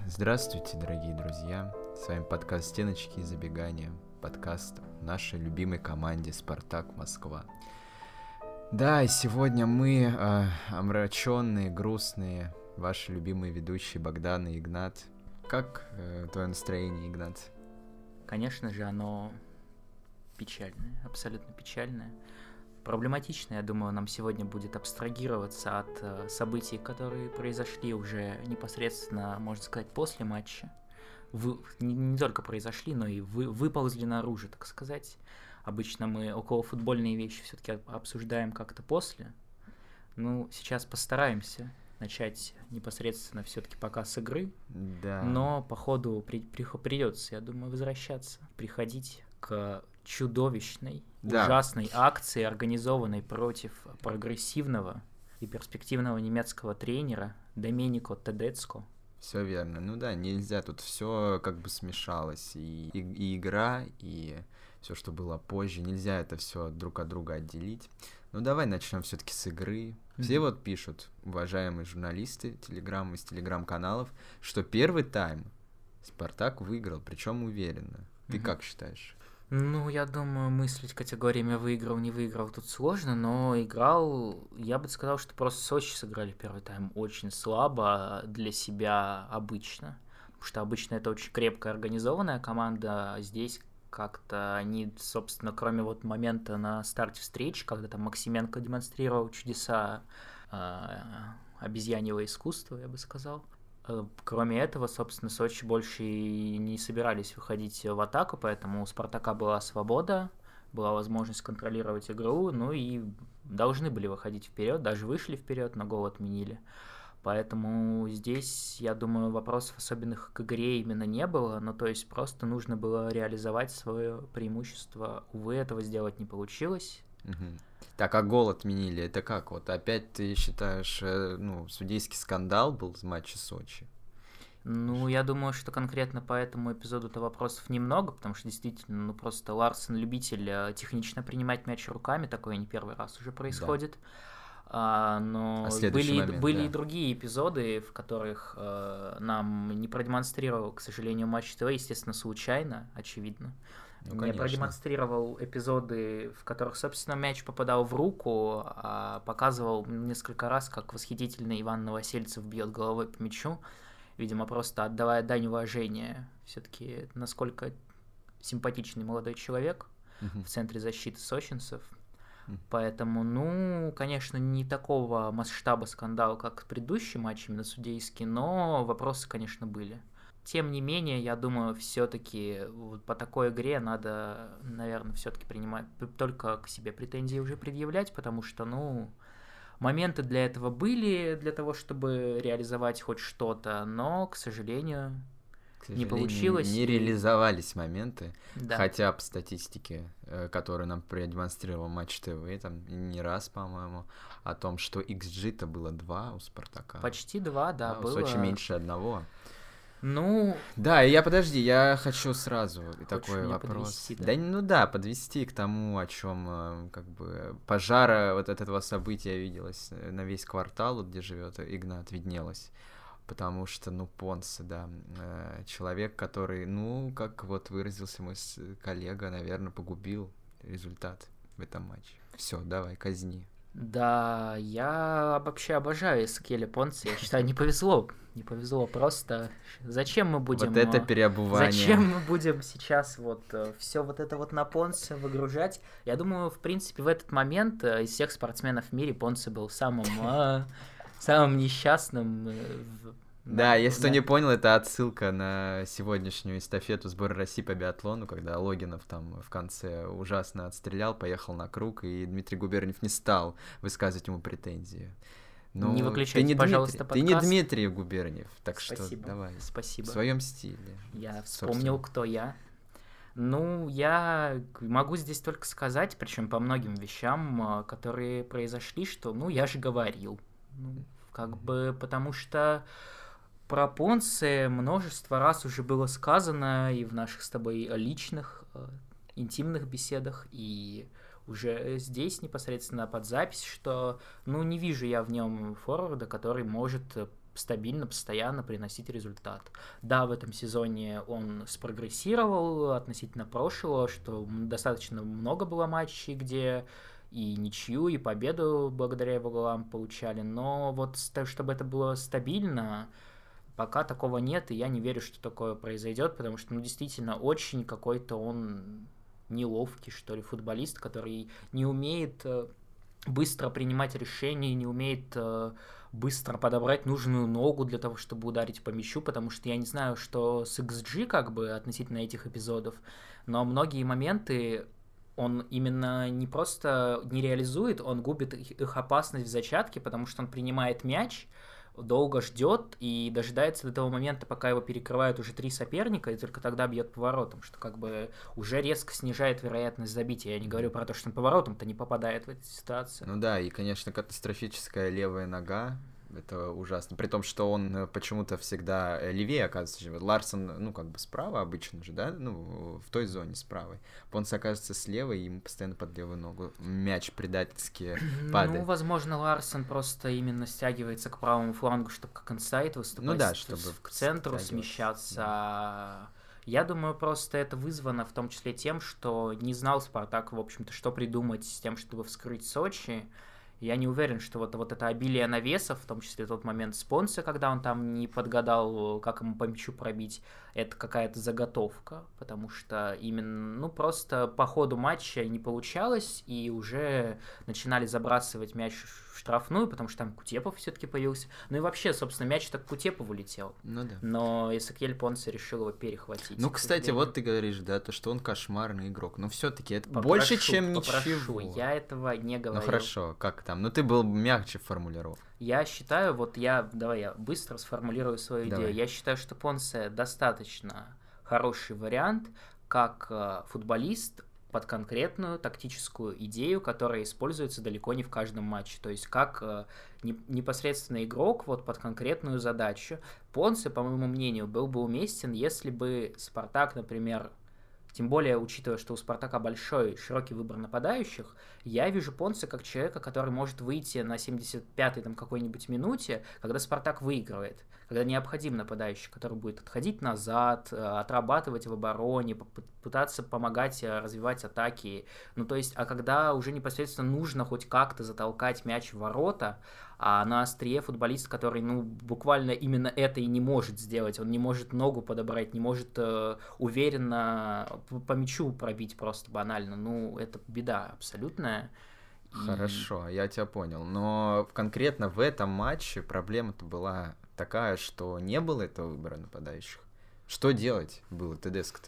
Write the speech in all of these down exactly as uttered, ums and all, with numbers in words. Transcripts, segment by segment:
Здравствуйте, дорогие друзья! С вами подкаст «Стеночки и забегания», подкаст нашей любимой команде «Спартак Москва». Да, и сегодня мы, э, омраченные, грустные, ваши любимые ведущие Богдан и Игнат. Как э, твое настроение, Игнат? Конечно же, оно печальное, абсолютно печальное. Проблематично, я думаю, нам сегодня будет абстрагироваться от э, событий, которые произошли уже непосредственно, можно сказать, после матча. Вы, не, не только произошли, но и вы, выползли наружу, так сказать. Обычно мы околофутбольные вещи все-таки обсуждаем как-то после. Ну, сейчас постараемся начать непосредственно все-таки пока с игры. Да. Но по ходу при, при, придется, я думаю, возвращаться, приходить к чудовищной, Да. ужасной акции, организованной против прогрессивного и перспективного немецкого тренера Доменико Тедеско. Все верно. Ну да, нельзя, тут все как бы смешалось. И, и, и игра, и все, что было позже. Нельзя это все друг от друга отделить. Ну давай начнем все-таки с игры. Все mm-hmm. вот пишут, уважаемые журналисты телеграм, из телеграм-каналов, что первый тайм Спартак выиграл, причем уверенно. Ты mm-hmm. как считаешь? Ну, я думаю, мыслить категориями выиграл, не выиграл тут сложно, но играл, я бы сказал, что просто Сочи сыграли первый тайм очень слабо для себя обычно, потому что обычно это очень крепкая организованная команда, а здесь как-то они, собственно, кроме вот момента на старте встречи, когда там Максименко демонстрировал чудеса э, обезьяньего искусства, я бы сказал. Кроме этого, собственно, Сочи больше и не собирались выходить в атаку, поэтому у Спартака была свобода, была возможность контролировать игру, ну и должны были выходить вперед, даже вышли вперед, но гол отменили. Поэтому здесь, я думаю, вопросов особенных к игре именно не было, ну то есть просто нужно было реализовать свое преимущество. Увы, этого сделать не получилось. Угу. Так, а гол отменили, это как? Вот опять ты считаешь, ну, судейский скандал был в матче Сочи? Ну, я думаю, что конкретно по этому эпизоду-то вопросов немного, потому что действительно, ну, просто Ларсен любитель технично принимать мяч руками, такое не первый раз уже происходит. Да. А, но а были, момент, были да. и другие эпизоды, в которых э, нам не продемонстрировал, к сожалению, Матч ТВ, естественно, случайно, очевидно. Ну, не конечно. продемонстрировал эпизоды, в которых, собственно, мяч попадал в руку, а показывал несколько раз, как восхитительный Иван Новосельцев бьет головой по мячу, видимо, просто отдавая дань уважения. Все-таки насколько симпатичный молодой человек uh-huh. в центре защиты сочинцев. Uh-huh. Поэтому, ну, конечно, не такого масштаба скандала, как предыдущий матч именно судейский, но вопросы, конечно, были. Тем не менее, я думаю, все-таки вот по такой игре надо, наверное, все-таки принимать, только к себе претензии уже предъявлять, потому что, ну, моменты для этого были, для того, чтобы реализовать хоть что-то, но, к сожалению, к сожалению не получилось. Не реализовались моменты, да. Хотя по статистике, которую нам продемонстрировал Матч ТВ, там не раз, по-моему, о том, что икс джи-то было два у Спартака. Почти два, да, да было. У Сочи меньше одного. Ну... Да, я, подожди, я хочу сразу такой вопрос. Подвести, да? да, ну да, подвести к тому, о чем как бы пожара вот этого события виделось на весь квартал, где живет Игнат, виднелось. Потому что, ну, Понсе, да, человек, который, ну, как вот выразился мой коллега, наверное, погубил результат в этом матче. Все, давай, казни. Да, я вообще обожаю Эскеля Понсе, я считаю, не повезло, не повезло, просто зачем мы будем... Вот это переобувание. Зачем мы будем сейчас вот все вот это вот на Понсе выгружать? Я думаю, в принципе, в этот момент из всех спортсменов в мире Понсе был самым, самым несчастным. Да, да, если да. кто не понял, это отсылка на сегодняшнюю эстафету сбора России по биатлону, когда Логинов там в конце ужасно отстрелял, поехал на круг, и Дмитрий Губерниев не стал высказывать ему претензии. Но не выключайте, не пожалуйста, Дмитрий, подкаст. Ты не Дмитрий Губерниев, так Спасибо. что давай. Спасибо. В своем стиле. Я вспомнил, кто я. Ну, я могу здесь только сказать, причем по многим вещам, которые произошли, что, ну, я же говорил. Ну, как бы, потому что про Понсе множество раз уже было сказано и в наших с тобой личных, интимных беседах, и уже здесь непосредственно под запись, что, ну, не вижу я в нем форварда, который может стабильно, постоянно приносить результат. Да, в этом сезоне он спрогрессировал относительно прошлого, что достаточно много было матчей, где и ничью, и победу благодаря его голам получали, но вот чтобы это было стабильно, пока такого нет, и я не верю, что такое произойдет, потому что, ну, действительно, очень какой-то он неловкий, что ли, футболист, который не умеет быстро принимать решения, не умеет быстро подобрать нужную ногу для того, чтобы ударить по мячу, потому что я не знаю, что с икс джи как бы относительно этих эпизодов, но многие моменты он именно не просто не реализует, он губит их опасность в зачатке, потому что он принимает мяч, долго ждет и дожидается до того момента, пока его перекрывают уже три соперника, и только тогда бьет поворотом, что как бы уже резко снижает вероятность забития. Я не говорю про то, что он поворотом-то не попадает в эти ситуации. Ну да, и, конечно, катастрофическая левая нога. Это ужасно. При том, что он почему-то всегда левее оказывается. Вот Ларсон, ну, как бы справа обычно же, да? Ну, в той зоне справа. Понс оказывается слева, и ему постоянно под левую ногу мяч предательски падает. Ну, возможно, Ларсон просто именно стягивается к правому флангу, чтобы как инсайд выступать. Ну да, чтобы к центру смещаться. Да. Я думаю, просто это вызвано в том числе тем, что не знал Спартак, в общем-то, что придумать с тем, чтобы вскрыть Сочи. Я не уверен, что вот, вот это обилие навесов, в том числе тот момент с Понсе, когда он там не подгадал, как ему по мячу пробить, это какая-то заготовка, потому что именно, ну, просто по ходу матча не получалось, и уже начинали забрасывать мяч в штрафную, потому что там Кутепов все-таки появился. Ну и вообще, собственно, мяч так к Кутепову летел. Ну да. Но Эсакиэль Понсе решил его перехватить. Ну, кстати, вот ты говоришь, да, то, что он кошмарный игрок. Но все-таки это попрошу, больше, чем попрошу. ничего. Я этого не говорю. Ну хорошо, как там? Ну ты был мягче в формулировке. Я считаю, вот я, давай я быстро сформулирую свою Давай. идею. Я считаю, что Понсе достаточно хороший вариант, как э, футболист под конкретную тактическую идею, которая используется далеко не в каждом матче. То есть как э, не, непосредственно игрок вот под конкретную задачу. Понсе, по моему мнению, был бы уместен, если бы Спартак, например, тем более, учитывая, что у Спартака большой, широкий выбор нападающих, я вижу Понсе как человека, который может выйти на семьдесят пятой там, какой-нибудь минуте, когда Спартак выигрывает, когда необходим нападающий, который будет отходить назад, отрабатывать в обороне, пытаться помогать развивать атаки. Ну, то есть, а когда уже непосредственно нужно хоть как-то затолкать мяч в ворота, а на острие футболист, который, ну, буквально именно это и не может сделать. Он не может ногу подобрать, не может э, уверенно по, по мячу пробить просто банально. Ну, это беда абсолютная. Хорошо, и... я тебя понял. Но конкретно в этом матче проблема-то была такая, что не было этого выбора нападающих. Что делать было Тедеско-то?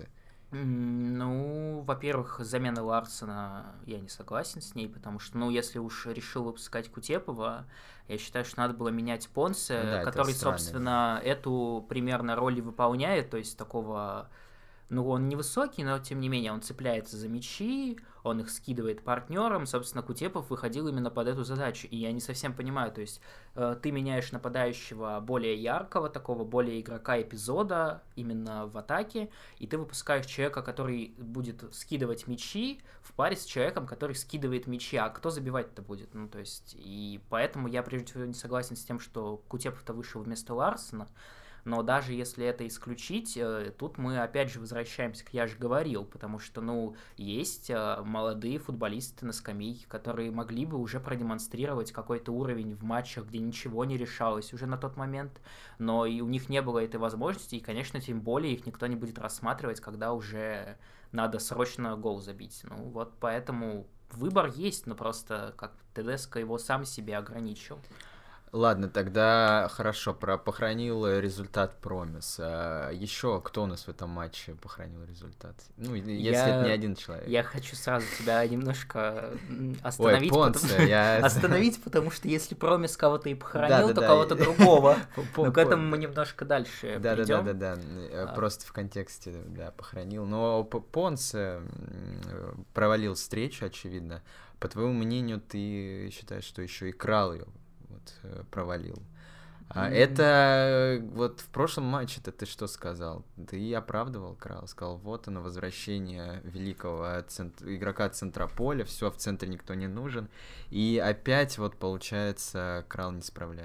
Ну, во-первых, замена Ларсона я не согласен с ней, потому что, ну, если уж решил выпускать Кутепова, я считаю, что надо было менять Понсе, ну, да, который, собственно, эту примерно роль и выполняет, то есть такого... Ну, он невысокий, но, тем не менее, он цепляется за мячи, он их скидывает партнерам. Собственно, Кутепов выходил именно под эту задачу. И я не совсем понимаю, то есть э, ты меняешь нападающего более яркого, такого более игрока эпизода именно в атаке, и ты выпускаешь человека, который будет скидывать мячи в паре с человеком, который скидывает мячи. А кто забивать-то будет? Ну, то есть, и поэтому я, прежде всего, не согласен с тем, что Кутепов-то вышел вместо Ларсона. Но даже если это исключить, тут мы опять же возвращаемся к «я же говорил», потому что, ну, есть молодые футболисты на скамейке, которые могли бы уже продемонстрировать какой-то уровень в матчах, где ничего не решалось уже на тот момент, но и у них не было этой возможности, и, конечно, тем более их никто не будет рассматривать, когда уже надо срочно гол забить. Ну, вот поэтому выбор есть, но просто как Тедеско его сам себе ограничил. Ладно, тогда хорошо, про похоронил результат Промис. А еще кто у нас в этом матче похоронил результат? Ну, если я, это не один человек. Я хочу сразу тебя немножко остановить. Ой, Понсе, потому... я... Остановить, потому что если Промис кого-то и похоронил, да, да, то да. кого-то другого. Но к этому мы немножко дальше да, придем. Да, да, да, да. Просто в контексте, да, похоронил. Но Понсе провалил встречу, очевидно. По твоему мнению, ты считаешь, что еще и крал ее? Провалил. А mm-hmm. это вот в прошлом матче-то ты что сказал? Ты оправдывал Крала, сказал, вот оно, возвращение великого цент... игрока центра поля, все, в центре никто не нужен. И опять вот, получается, Крал не справляется.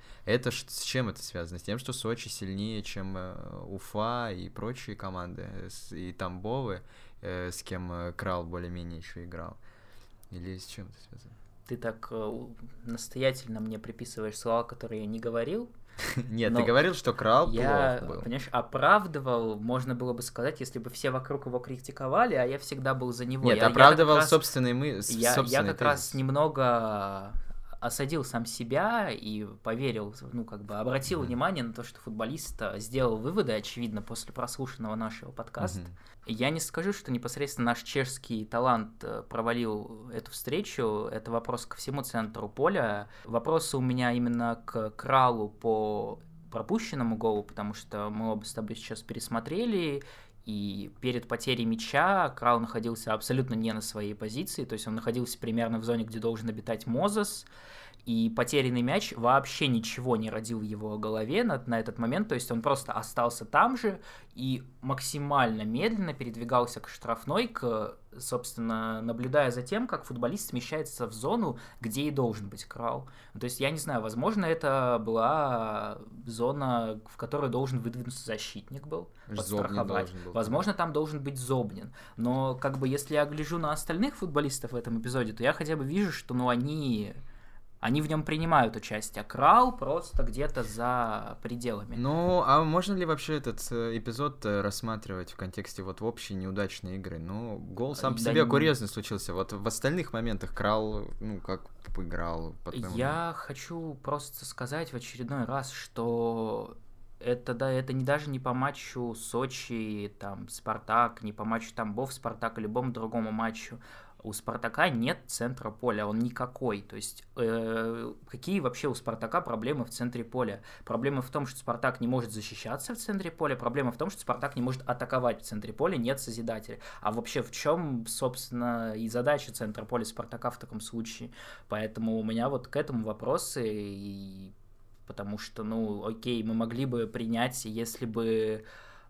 Это ж, с чем это связано? С тем, что Сочи сильнее, чем э, Уфа и прочие команды, э, с- и Тамбовы, э, с кем э, Крал более-менее еще играл? Или с чем это связано? Ты так э, у- настоятельно мне приписываешь слова, которые я не говорил. Нет, ты Но говорил, что Крал я, плох был. понимаешь, оправдывал, можно было бы сказать, если бы все вокруг его критиковали, а я всегда был за него. Нет, Я, я как оправдывал раз, собственные мы... с- я, я собственный как раз тезис. немного осадил сам себя и поверил, ну, как бы обратил Мгм. внимание на то, что футболист э, сделал выводы, очевидно, после прослушанного нашего подкаста. Мгм. Я не скажу, что непосредственно наш чешский талант э, провалил эту встречу. Это вопрос ко всему центру поля. Вопросы у меня именно к Кралу по пропущенному голу, потому что мы оба с тобой сейчас пересмотрели, и перед потерей мяча Крал находился абсолютно не на своей позиции, то есть он находился примерно в зоне, где должен обитать Мозес, и потерянный мяч вообще ничего не родил в его голове на, на этот момент, то есть он просто остался там же и максимально медленно передвигался к штрафной, к, собственно, наблюдая за тем, как футболист смещается в зону, где и должен быть Крал. То есть, я не знаю, возможно, это была зона, в которой должен выдвинуться защитник был, Зобнин подстраховать. должен был. Возможно, там должен быть Зобнин. Но, как бы, если я гляжу на остальных футболистов в этом эпизоде, то я хотя бы вижу, что, ну, они... Они в нем принимают участие. Крал просто где-то за пределами. Ну, а можно ли вообще этот э, эпизод э, рассматривать в контексте вот в общей неудачной игры? Ну, гол сам по Да себе не- курьезный случился. Вот в остальных моментах Крал, ну, как играл, по-твоему? Я хочу просто сказать в очередной раз, что это, да, это не даже не по матчу Сочи, там, Спартак, не по матчу Тамбов, Спартак, и любому другому матчу. У Спартака нет центра поля, он никакой. То есть, э, какие вообще у Спартака проблемы в центре поля? Проблема в том, что Спартак не может защищаться в центре поля, проблема в том, что Спартак не может атаковать в центре поля, нет созидателя. А вообще в чем, собственно, и задача центра поля Спартака в таком случае? Поэтому у меня вот к этому вопросы, и... потому что, ну, окей, мы могли бы принять, если бы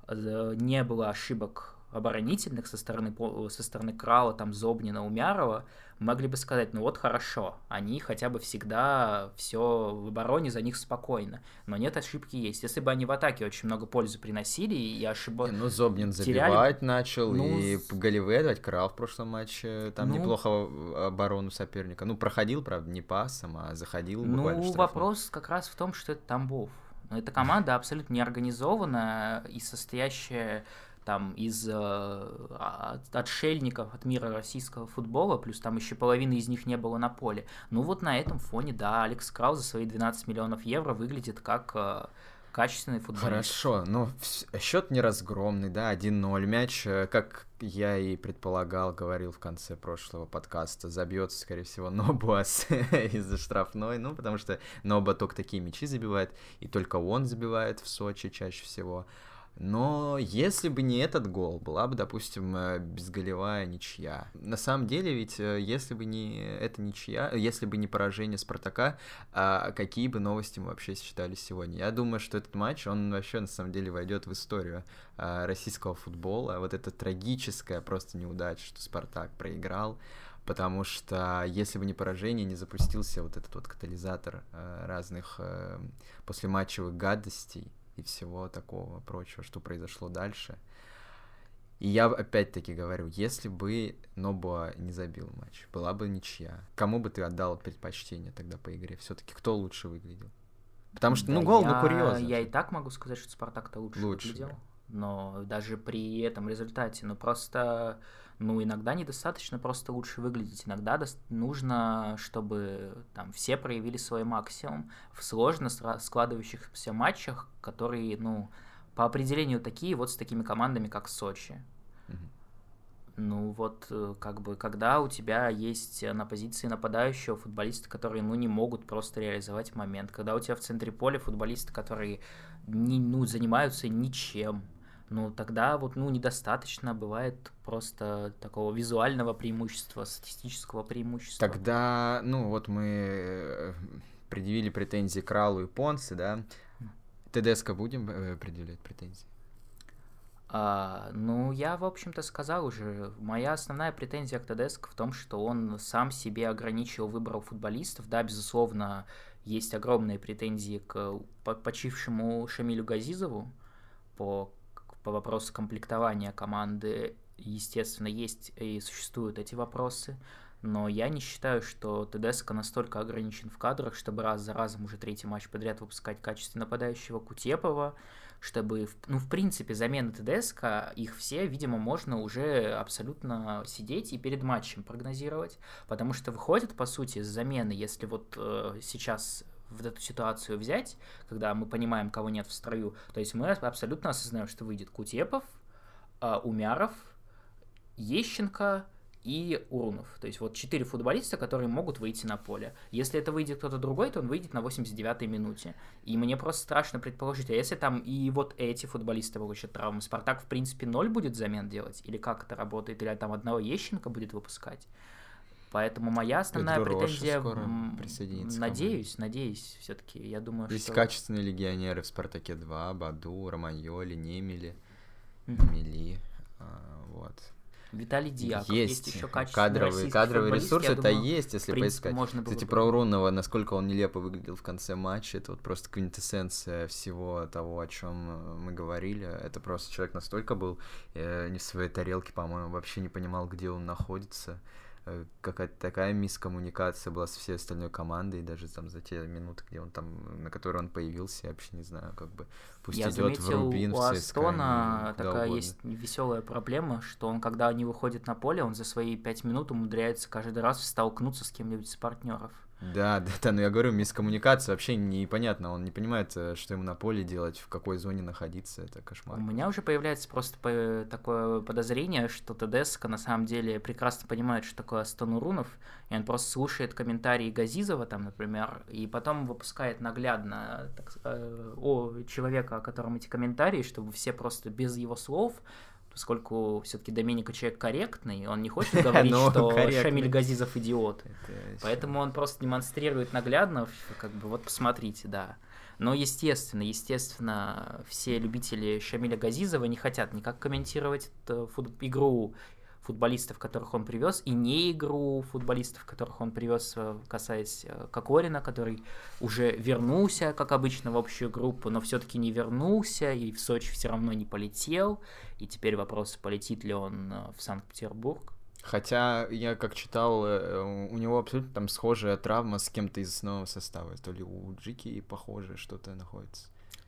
э, не было ошибок оборонительных со стороны, по- со стороны Крала, там, Зобнина, Умярова, мы могли бы сказать, ну вот хорошо, они хотя бы всегда все в обороне, за них спокойно. Но нет, ошибки есть. Если бы они в атаке очень много пользы приносили и Не, ошибались... ну, Зобнин теряли- забивать начал, Ну, и с- голевые давать. Крал в прошлом матче там Ну, неплохо оборону соперника. Ну, проходил, правда, не пасом, а заходил буквально в Ну, штрафную. вопрос как раз в том, что это Тамбов. Но эта команда абсолютно неорганизованная и состоящая там из э, а- отшельников от мира российского футбола, плюс там еще половины из них не было на поле. Ну вот на этом фоне, да, Алекс Крал за свои двенадцать миллионов евро выглядит как э, качественный футболист. Хорошо, но счет не разгромный, да, один ноль. Мяч, э, как я и предполагал, говорил в конце прошлого подкаста, забьется, скорее всего, Нобуас из-за штрафной, ну, потому что Ноба только такие мячи забивает, и только он забивает в Сочи чаще всего. Но если бы не этот гол, была бы, допустим, э, безголевая ничья. На самом деле, ведь э, если бы не эта ничья, если бы не поражение Спартака, а какие бы новости мы вообще считали сегодня? Я думаю, что этот матч, он вообще на самом деле войдет в историю а, российского футбола. Вот эта трагическая просто неудача, что Спартак проиграл. Потому что если бы не поражение, не запустился вот этот вот катализатор э, разных э, послематчевых гадостей и всего такого прочего, что произошло дальше. И я опять-таки говорю, если бы Нобуа не забил матч, была бы ничья. Кому бы ты отдал предпочтение тогда по игре? Все-таки кто лучше выглядел? Потому что, ну, Да гол, я, ну, курьезный. Я и так могу сказать, что Спартак-то лучше, Лучше, выглядел. да. Но даже при этом результате, ну просто, ну иногда недостаточно просто лучше выглядеть, иногда дос- нужно, чтобы там все проявили свой максимум в сложно сра- складывающихся матчах, которые, ну, по определению такие, вот с такими командами, как Сочи. Мгм. Ну вот, э, как бы, когда у тебя есть э, на позиции нападающего футболисты, которые, ну, не могут просто реализовать момент, когда у тебя в центре поля футболисты, которые не, ну, занимаются ничем, ну, тогда вот, ну, недостаточно бывает просто такого визуального преимущества, статистического преимущества. Тогда, ну, вот мы э, предъявили претензии Кралу и Понсе, да? ТДСК будем э, предъявлять претензии? А, ну, я, в общем-то, сказал уже, моя основная претензия к ТДСК в том, что он сам себе ограничил выбор футболистов, да, безусловно, есть огромные претензии к почившему Шамилю Газизову по, по вопросу комплектования команды. Естественно, есть и существуют эти вопросы, но я не считаю, что ТДСК настолько ограничен в кадрах, чтобы раз за разом уже третий матч подряд выпускать качественно нападающего Кутепова, чтобы, ну, в принципе, замены ТДСК, их все, видимо, можно уже абсолютно сидеть и перед матчем прогнозировать, потому что выходит, по сути, с замены, если вот э, сейчас в эту ситуацию взять, когда мы понимаем, кого нет в строю, то есть мы абсолютно осознаем, что выйдет Кутепов, э, Умяров, Ещенко и Урунов. То есть вот четыре футболиста, которые могут выйти на поле. Если это выйдет кто-то другой, то он выйдет на восемьдесят девятой минуте. И мне просто страшно предположить, а если там и вот эти футболисты получат травмы, Спартак в принципе ноль будет замен делать? Или как это работает? Или там одного Ещенко будет выпускать? Поэтому моя основная Петро претензия, скоро присоединится. Надеюсь, надеюсь, все-таки. Я думаю, Есть что... качественные легионеры в Спартаке два, Баду, Романьоли, Немели, Мгм. Мели. А, вот. Виталий Дьяков. Есть, еще качественный кадровый, российский кадровый футболист, ресурс, я это думаю, есть, если в принципе, поискать. можно было Кстати, бы- про Урунова, насколько он нелепо выглядел в конце матча, это вот просто квинтэссенция всего того, о чем мы говорили. Это просто человек настолько был э, не в своей тарелке, по-моему, вообще не понимал, где он находится. Э, какая-то такая мискоммуникация была со всей остальной командой, даже там за те минуты, где он там, на которые он появился, я вообще не знаю, как бы пусть Я идет в заметил, Рубин, у в ЦСКА, Астона не- куда такая угодно. есть веселая проблема, что он, когда они выходят на поле, он за свои пять минут умудряется каждый раз столкнуться с кем-нибудь из партнеров. Да, да, да, но я говорю, мискоммуникация вообще непонятно, он не понимает, э, что ему на поле делать, в какой зоне находиться, это У кошмар. меня уже появляется просто по- такое подозрение, что ТДСК на самом деле прекрасно понимает, что такое Астон Урунов, и он просто слушает комментарии Газизова, там, например, и потом выпускает наглядно так, с- э, о человека, о котором эти комментарии, чтобы все просто без его слов, поскольку все-таки Доменико человек корректный, он не хочет говорить, Ну, что корректный. Шамиль Газизов идиот. Это Поэтому он просто демонстрирует наглядно, как бы, вот посмотрите, да. Но, естественно, естественно, все любители Шамиля Газизова не хотят никак комментировать эту фут- игру футболистов, которых он привез, и не игру футболистов, которых он привез, э, касаясь э, Кокорина, который уже вернулся, как обычно, в общую группу, но все-таки не вернулся, и в Сочи все равно не полетел. И теперь вопрос, полетит ли он э, в Санкт-Петербург. Хотя я как читал, э, у него абсолютно там схожая травма с кем-то из основного состава, то ли у Джики похоже что-то находится.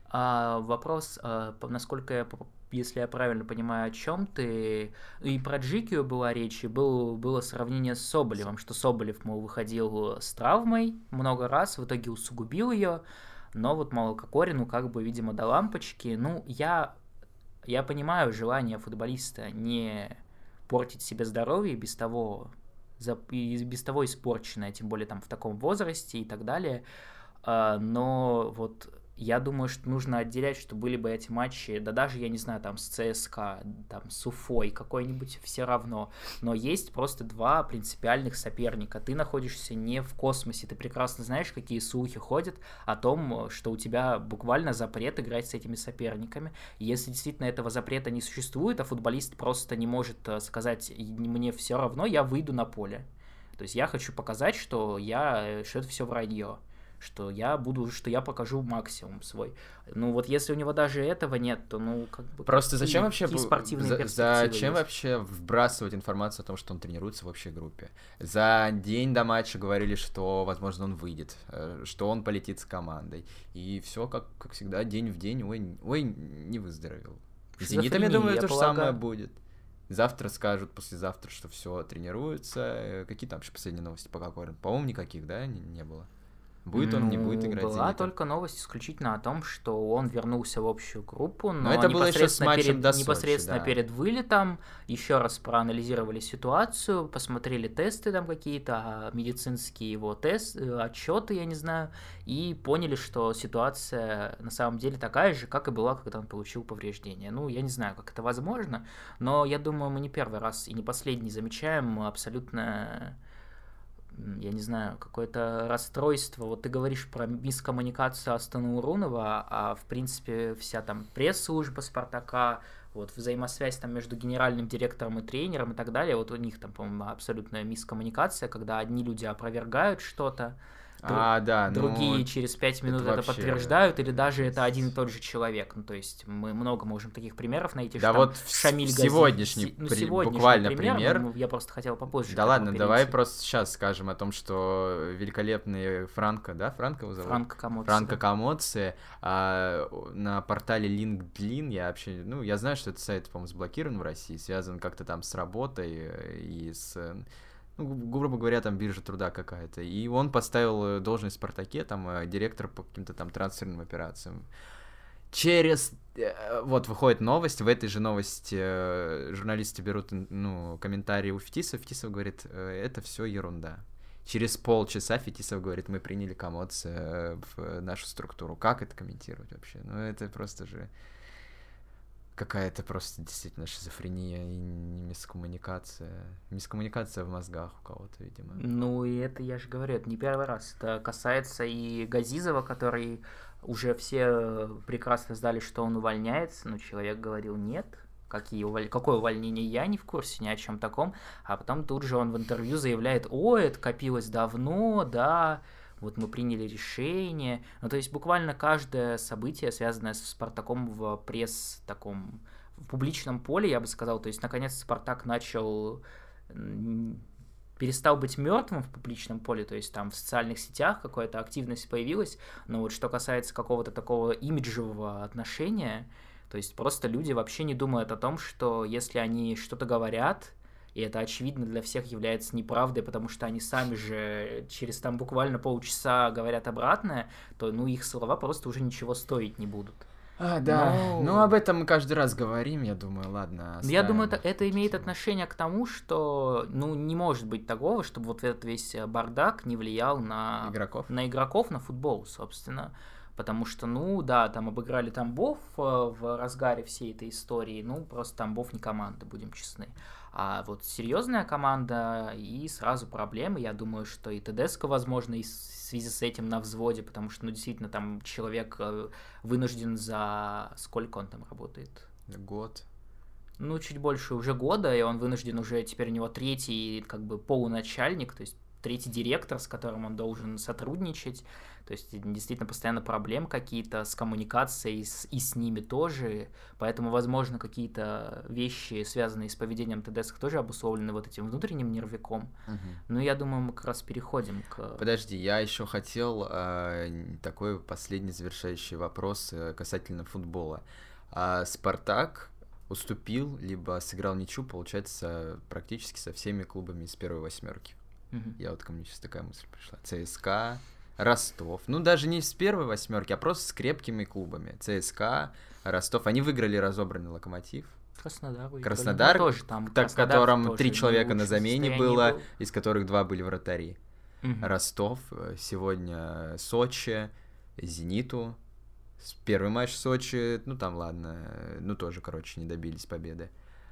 А вопрос, а, по- насколько я, по- если я правильно понимаю, о чем ты, и про Джикию была речь, и был, было сравнение с Соболевым, что Соболев, мол, выходил с травмой много раз, в итоге усугубил ее, но вот, мол, Кокорину как бы, видимо, до лампочки. Ну, я, я понимаю желание футболиста не портить себе здоровье, и без того, за- и без того испорченное, тем более там в таком возрасте и так далее, а, но вот я думаю, что нужно отделять, что были бы эти матчи, да даже, я не знаю, там с ЦСКА, там с Уфой какой-нибудь, все равно. Но есть просто два принципиальных соперника. Ты находишься не в космосе, ты прекрасно знаешь, какие слухи ходят о том, что у тебя буквально запрет играть с этими соперниками. И если действительно этого запрета не существует, а футболист просто не может э, сказать, мне все равно, я выйду на поле. То есть я хочу показать, что я, что это все вранье, что я буду, что я покажу максимум свой. Ну вот если у него даже этого нет, то ну как бы... Просто какие- зачем вообще, какие бу- спортивные за- перспективы зачем есть? вообще вбрасывать информацию о том, что он тренируется в общей группе? За день до матча говорили, что, возможно, он выйдет, э, что он полетит с командой. И все, как, как всегда, день в день, ой, ой, не выздоровел. С Зенитом, я Шизофрения, думаю, я то же полагаю. самое будет. Завтра скажут, послезавтра, что все тренируются. Э, Какие там вообще последние новости по Кокорину? По-моему, никаких, да, не, не было. Будет он, не будет Ну, играть была «Зенитом»? только новость исключительно о том, что он вернулся в общую группу, но, это было еще с непосредственно, матчем перед, до Сочи, непосредственно да. перед вылетом еще раз проанализировали ситуацию, посмотрели тесты там какие-то, а, медицинские его тесты, отчеты, я не знаю, и поняли, что ситуация на самом деле такая же, как и была, когда он получил повреждение. Ну, я не знаю, как это возможно, но я думаю, мы не первый раз и не последний замечаем абсолютно... я не знаю, какое-то расстройство. Вот ты говоришь про мискоммуникацию Астана Урунова, а в принципе вся там пресс-служба Спартака, вот взаимосвязь там между генеральным директором и тренером и так далее, вот у них там, по-моему, абсолютная мискоммуникация, когда одни люди опровергают что-то, А, да, другие ну, через пять минут это это, вообще... подтверждают, или даже это один и тот же человек. Ну, то есть мы много можем таких примеров найти, Да что вот там в Шамиль Гази... сегодняшний, ну, при... сегодняшний буквально пример, пример. но я просто хотел попозже Да к ладно, этому давай перейти. просто сейчас скажем о том, что великолепный Франко, да, Франко его зовут? Франко Комоцци. Франко да. Комоцци, а, на портале LinkedIn, я вообще, ну, я знаю, что этот сайт, по-моему, заблокирован в России, связан как-то там с работой и с... Ну, грубо говоря, там биржа труда какая-то. И он поставил должность в «Спартаке», там, директор по каким-то там трансферным операциям. Через... Вот, выходит новость, в этой же новости журналисты берут, ну, комментарии у Фетисова. Фетисов говорит, это все ерунда. Через полчаса Фетисов говорит, мы приняли Комоцци в нашу структуру. Как это комментировать вообще? Ну, это просто же... Какая-то просто действительно шизофрения и мискоммуникация. Мискоммуникация в мозгах у кого-то, видимо. Ну, и это, я же говорю, это не первый раз. Это касается и Газизова, который уже все прекрасно знали, что он увольняется, но человек говорил нет. Какие уволь... Какое увольнение, я не в курсе, ни о чем таком. А потом тут же он в интервью заявляет, ой, это копилось давно, да, вот мы приняли решение. Ну, то есть буквально каждое событие, связанное с Спартаком в пресс таком, в публичном поле, я бы сказал, то есть наконец Спартак начал, перестал быть мертвым в публичном поле, то есть там в социальных сетях какая-то активность появилась, но вот что касается какого-то такого имиджевого отношения, то есть просто люди вообще не думают о том, что если они что-то говорят, и это, очевидно, для всех является неправдой, потому что они сами же через там буквально полчаса говорят обратное, то, ну, их слова просто уже ничего стоить не будут. А, да. Но... Ну, об этом мы каждый раз говорим, я думаю, ладно. Оставим. Я думаю, это, это имеет отношение к тому, что, ну, не может быть такого, чтобы вот этот весь бардак не влиял на игроков, на, игроков, на футбол, собственно. Потому что, ну, да, там обыграли Тамбов в разгаре всей этой истории, ну, просто Тамбов не команда, будем честны. А вот серьезная команда, и сразу проблемы. Я думаю, что и Тедеско, возможно, и в связи с этим на взводе, потому что, ну, действительно, там человек вынужден за... Сколько он там работает? Год. Ну, чуть больше уже года, и он вынужден уже, теперь у него третий, как бы, полуначальник, то есть третий директор, с которым он должен сотрудничать. То есть действительно постоянно проблемы какие-то с коммуникацией и с, и с ними тоже. Поэтому, возможно, какие-то вещи, связанные с поведением Тедеско, тоже обусловлены вот этим внутренним нервяком. Угу. Но я думаю, мы как раз переходим к... Подожди, я еще хотел э, такой последний завершающий вопрос э, касательно футбола. А Спартак уступил, либо сыграл ничью, получается, практически со всеми клубами из первой восьмерки. Угу. Я вот ко мне сейчас такая мысль пришла. ЦСКА, Ростов. Ну, даже не с первой восьмерки, а просто с крепкими клубами. ЦСКА, Ростов. Они выиграли разобранный Локомотив. Краснодар выиграли. Краснодар, ну, тоже там, так, Краснодар котором тоже три человека на замене было, был. из которых два были вратари. Угу. Ростов, сегодня Сочи, Зениту. Первый матч Сочи, ну там ладно, ну тоже, короче, не добились победы.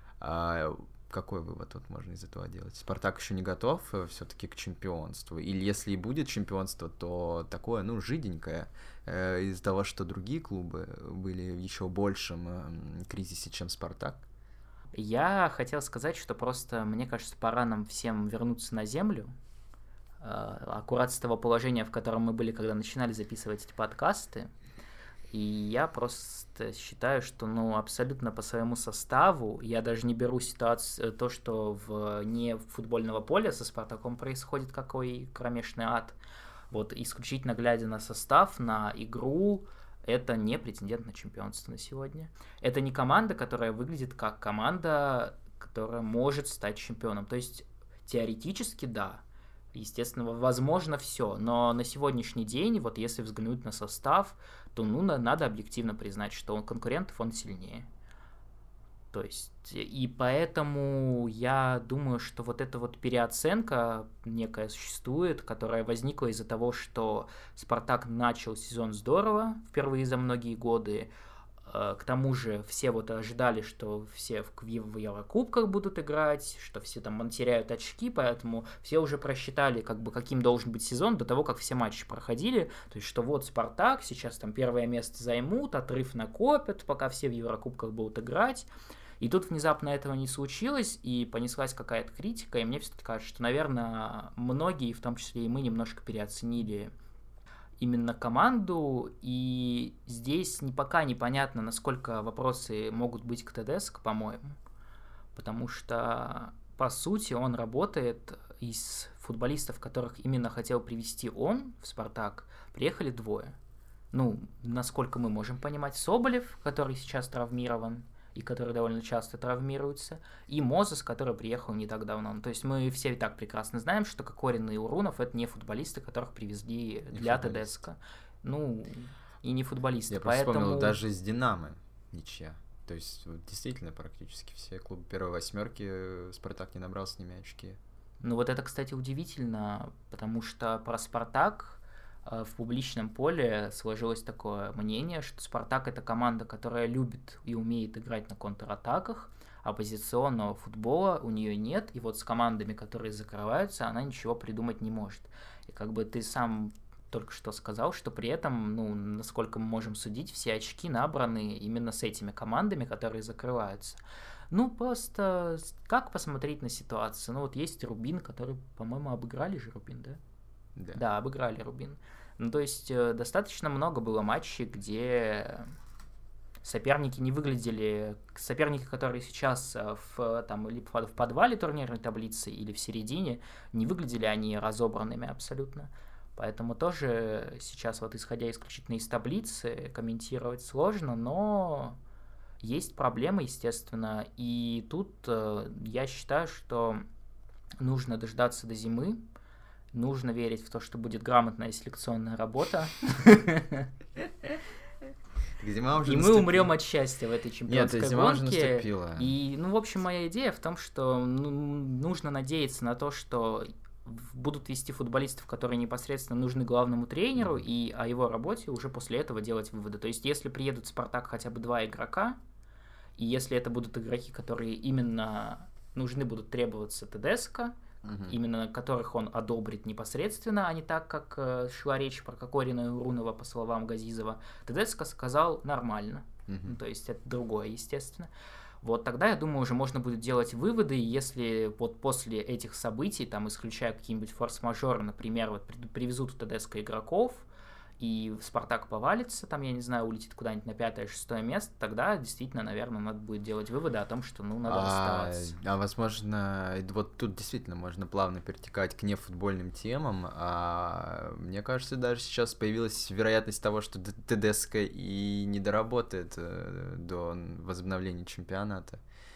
А какой вывод вот можно из этого делать? Спартак еще не готов все-таки к чемпионству? Или если и будет чемпионство, то такое, ну, жиденькое, э, из-за того, что другие клубы были в еще большем э, кризисе, чем Спартак? Я хотел сказать, что просто, мне кажется, пора нам всем вернуться на землю, э, аккурат с того положения, в котором мы были, когда начинали записывать эти подкасты. И я просто считаю, что, ну, абсолютно по своему составу, я даже не беру ситуацию, то, что вне футбольного поля со Спартаком происходит какой кромешный ад. Вот исключительно глядя на состав, на игру, это не претендент на чемпионство на сегодня. Это не команда, которая выглядит как команда, которая может стать чемпионом. То есть теоретически, да, естественно, возможно все, но на сегодняшний день, вот если взглянуть на состав, то, ну, надо объективно признать, что он конкурентов, он сильнее. То есть, и поэтому я думаю, что вот эта вот переоценка некая существует, которая возникла из-за того, что Спартак начал сезон здорово, впервые за многие годы. К тому же все вот ожидали, что все в Еврокубках будут играть, что все там теряют очки, поэтому все уже просчитали, как бы, каким должен быть сезон до того, как все матчи проходили. То есть, что вот Спартак сейчас там первое место займут, отрыв накопят, пока все в Еврокубках будут играть. И тут внезапно этого не случилось, и понеслась какая-то критика, и мне все-таки кажется, что, наверное, многие, в том числе и мы, немножко переоценили именно команду, и здесь не, пока непонятно, насколько вопросы могут быть к ТДСК, по-моему, потому что, по сути, он работает из футболистов, которых именно хотел привести он в «Спартак», приехали двое. Ну, насколько мы можем понимать, Соболев, который сейчас травмирован, и который довольно часто травмируется, и Мозес, который приехал не так давно. Ну, то есть мы все и так прекрасно знаем, что Кокорин и Урунов — это не футболисты, которых привезли не для ТДСК. Ну, и не футболисты. Я поэтому... просто вспомнил, даже с «Динамо» ничья. То есть вот, действительно практически все клубы первой восьмерки «Спартак» не набрал с ними очки. Ну вот это, кстати, удивительно, потому что про «Спартак» в публичном поле сложилось такое мнение, что «Спартак» — это команда, которая любит и умеет играть на контратаках, а позиционного футбола у нее нет, и вот с командами, которые закрываются, она ничего придумать не может. И как бы ты сам только что сказал, что при этом, ну, насколько мы можем судить, все очки набраны именно с этими командами, которые закрываются. Ну, просто как посмотреть на ситуацию? Ну, вот есть Рубин, который, по-моему, обыграли же Рубин, да? Да. Да, обыграли Рубин. Ну, то есть э, достаточно много было матчей, где соперники не выглядели... Соперники, которые сейчас в, там, или в подвале турнирной таблицы, или в середине, не выглядели они разобранными абсолютно. Поэтому тоже сейчас, вот исходя исключительно из таблицы, комментировать сложно, но есть проблемы, естественно. И тут э, я считаю, что нужно дождаться до зимы. Нужно верить в то, что будет грамотная селекционная работа. Зима уже и наступила. Мы умрем от счастья в этой чемпионской Нет, зима гонке. уже наступила. И, ну, в общем, моя идея в том, что ну, нужно надеяться на то, что будут вести футболистов, которые непосредственно нужны главному тренеру, mm. и о его работе уже после этого делать выводы. То есть, если приедут в «Спартак» хотя бы два игрока, и если это будут игроки, которые именно нужны будут требоваться ТДСК, Uh-huh. именно которых он одобрит непосредственно, а не так, как э, шла речь про Кокорина и Урунова, по словам Газизова, ТДСК сказал нормально. Uh-huh. Ну, то есть это другое, естественно. Вот тогда, я думаю, уже можно будет делать выводы, и если вот после этих событий, там, исключая какие-нибудь форс-мажоры, например, вот привезут в ТДСК игроков, и «Спартак» повалится, там, я не знаю, улетит куда-нибудь на пятое-шестое место, тогда действительно, наверное, надо будет делать выводы о том, что, ну, надо а, оставаться. А, возможно, вот тут действительно можно плавно перетекать к нефутбольным темам, а мне кажется, даже сейчас появилась вероятность того, что ТДСК и не доработает до возобновления чемпионата.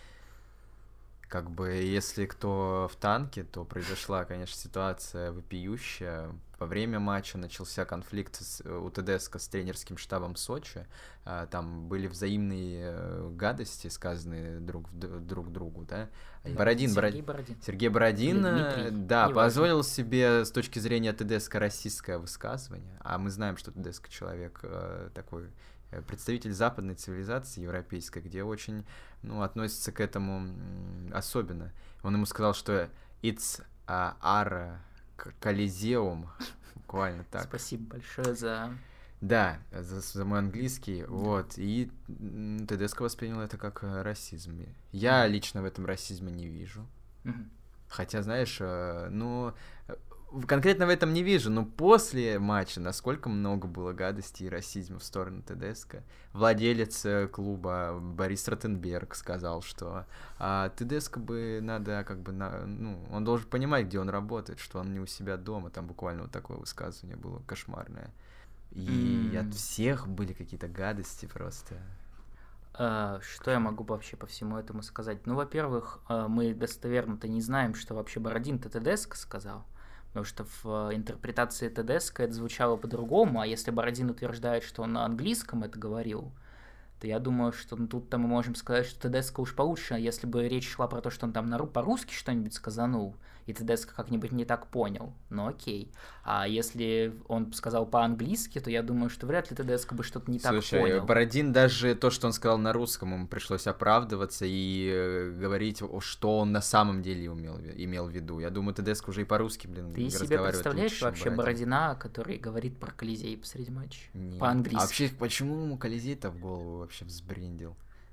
Как бы, если кто в танке, то произошла, конечно, ситуация вопиющая. Во время матча начался конфликт с, у ТДСК с тренерским штабом Сочи. Там были взаимные гадости, сказанные друг, друг другу, да. Бородин, Сергей Бородин, Бородин. Сергей Бородин, Дмитрий, да, позволил себе с точки зрения ТДСК расистское высказывание. А мы знаем, что ТДСК человек такой... представитель западной цивилизации европейской, где очень, ну, относится к этому особенно. Он ему сказал, что it's uh, our Coliseum, буквально так. Спасибо большое за... Да, за, за мой английский, да. Вот, и ТДСК воспринял это как расизм. Я лично в этом расизме не вижу. Mm-hmm. Хотя, знаешь, ну... конкретно в этом не вижу, но после матча насколько много было гадости и расизма в сторону ТДСК. Владелец клуба Борис Ротенберг сказал, что а, ТДСК бы надо как бы, на, ну, он должен понимать, где он работает, что он не у себя дома. Там буквально вот такое высказывание было кошмарное. И mm. от всех были какие-то гадости просто. Uh, что я могу вообще по всему этому сказать? Ну, во-первых, uh, мы достоверно-то не знаем, что вообще Бородин-то ТДСК сказал. Потому что в интерпретации ТДСК это звучало по-другому, а если Бородин утверждает, что он на английском это говорил, то я думаю, что ну, тут-то мы можем сказать, что ТДСК уж получше, если бы речь шла про то, что он там на, по-русски что-нибудь сказанул, и ТДСК как-нибудь не так понял, ну окей. А если он сказал по-английски, то я думаю, что вряд ли ТДСК бы что-то не Слушай, так понял. Слушай, Бородин даже то, что он сказал на русском, ему пришлось оправдываться и э, говорить, что он на самом деле умел, имел в виду. Я думаю, ТДСК уже и по-русски, блин, Ты разговаривает. Ты себе представляешь лучше, вообще Бородин. Бородина, который говорит про Колизей посреди матча? Нет. По-английски. А вообще, почему ему Колизей-то в голову вообще взбрендил?